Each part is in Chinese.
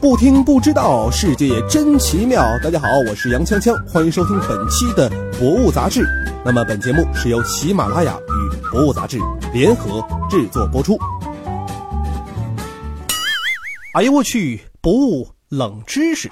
不听不知道，世界真奇妙。大家好，我是杨锵锵，欢迎收听本期的博物杂志。那么本节目是由喜马拉雅与博物杂志联合制作播出。哎呦我去，博物冷知识。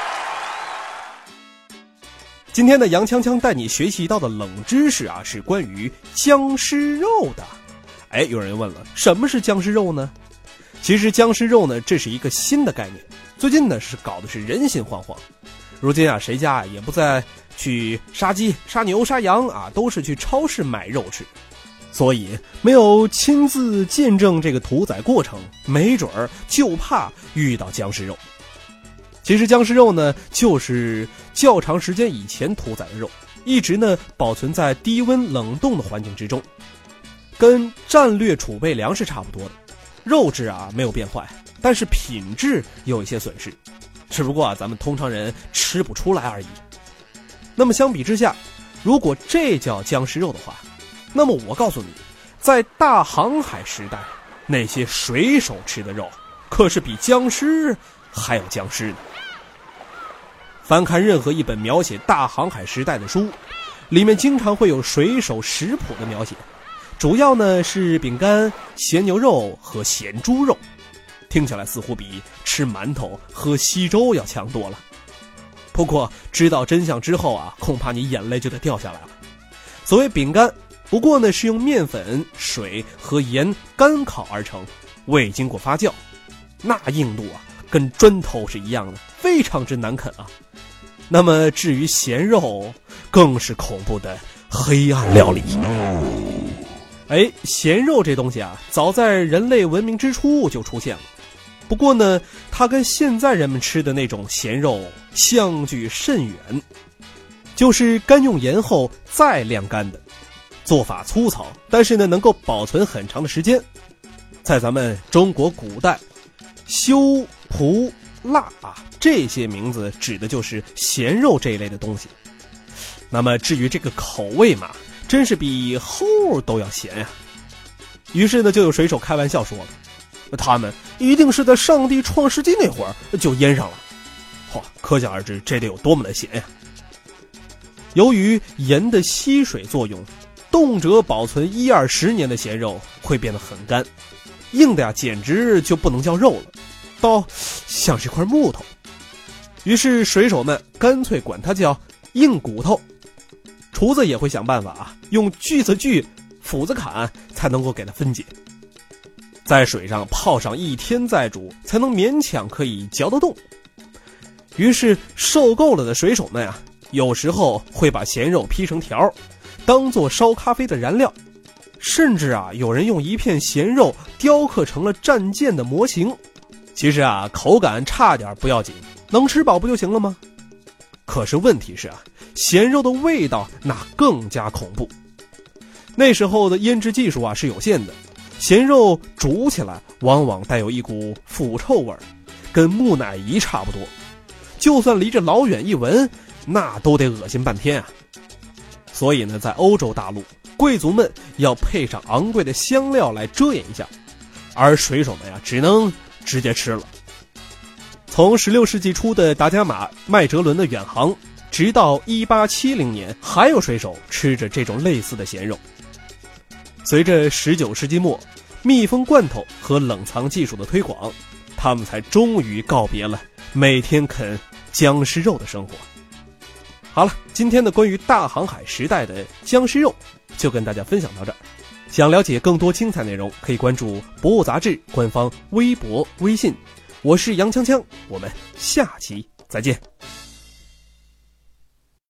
今天的杨锵锵带你学习到的冷知识啊，是关于僵尸肉的。哎，有人问了，什么是僵尸肉呢？其实僵尸肉呢，这是一个新的概念，最近呢是搞的是人心惶惶。如今啊，谁家也不再去杀鸡、杀牛、杀羊啊，都是去超市买肉吃。所以没有亲自见证这个屠宰过程，没准儿就怕遇到僵尸肉。其实僵尸肉呢，就是较长时间以前屠宰的肉，一直呢保存在低温冷冻的环境之中，跟战略储备粮食差不多的。肉质啊没有变坏，但是品质有一些损失，只不过啊咱们通常人吃不出来而已。那么相比之下，如果这叫僵尸肉的话，那么我告诉你，在大航海时代，那些水手吃的肉可是比僵尸还要僵尸呢。翻看任何一本描写大航海时代的书，里面经常会有水手食谱的描写，主要呢是饼干、咸牛肉和咸猪肉，听起来似乎比吃馒头喝稀粥要强多了。不过知道真相之后啊，恐怕你眼泪就得掉下来了。所谓饼干，不过呢是用面粉、水和盐干烤而成，未经过发酵，那硬度啊跟砖头是一样的，非常之难啃啊。那么至于咸肉，更是恐怖的黑暗料理。哎，咸肉这东西啊，早在人类文明之初就出现了。不过呢，它跟现在人们吃的那种咸肉相距甚远，就是干用盐后再晾干的，做法粗糙，但是呢能够保存很长的时间。在咱们中国古代，修、蒲、腊啊这些名字指的就是咸肉这一类的东西。那么至于这个口味嘛，真是比齁都要咸呀。于是呢就有水手开玩笑说了，他们一定是在上帝创世纪那会儿就腌上了。可想而知这得有多么的咸呀。由于盐的吸水作用，动辄保存1-20年的咸肉会变得很干，硬的呀简直就不能叫肉了，倒像是块木头。于是水手们干脆管它叫硬骨头。厨子也会想办法啊，用锯子锯、斧子砍，才能够给它分解。在水上泡上1天再煮，才能勉强可以嚼得动。于是受够了的水手们啊，有时候会把咸肉劈成条，当做烧咖啡的燃料。甚至啊，有人用一片咸肉雕刻成了战舰的模型。其实啊，口感差点不要紧，能吃饱不就行了吗？可是问题是啊，咸肉的味道那更加恐怖。那时候的腌制技术啊是有限的，咸肉煮起来往往带有一股腐臭味，跟木乃伊差不多，就算离着老远一闻，那都得恶心半天啊。所以呢，在欧洲大陆，贵族们要配上昂贵的香料来遮掩一下，而水手们呀只能直接吃了。从16世纪初的达伽马、麦哲伦的远航，直到1870年，还有水手吃着这种类似的咸肉。随着19世纪末密封罐头和冷藏技术的推广，他们才终于告别了每天啃僵尸肉的生活。好了，今天的关于大航海时代的僵尸肉就跟大家分享到这儿。想了解更多精彩内容，可以关注博物杂志官方微博、微信。我是杨锵锵，我们下期再见。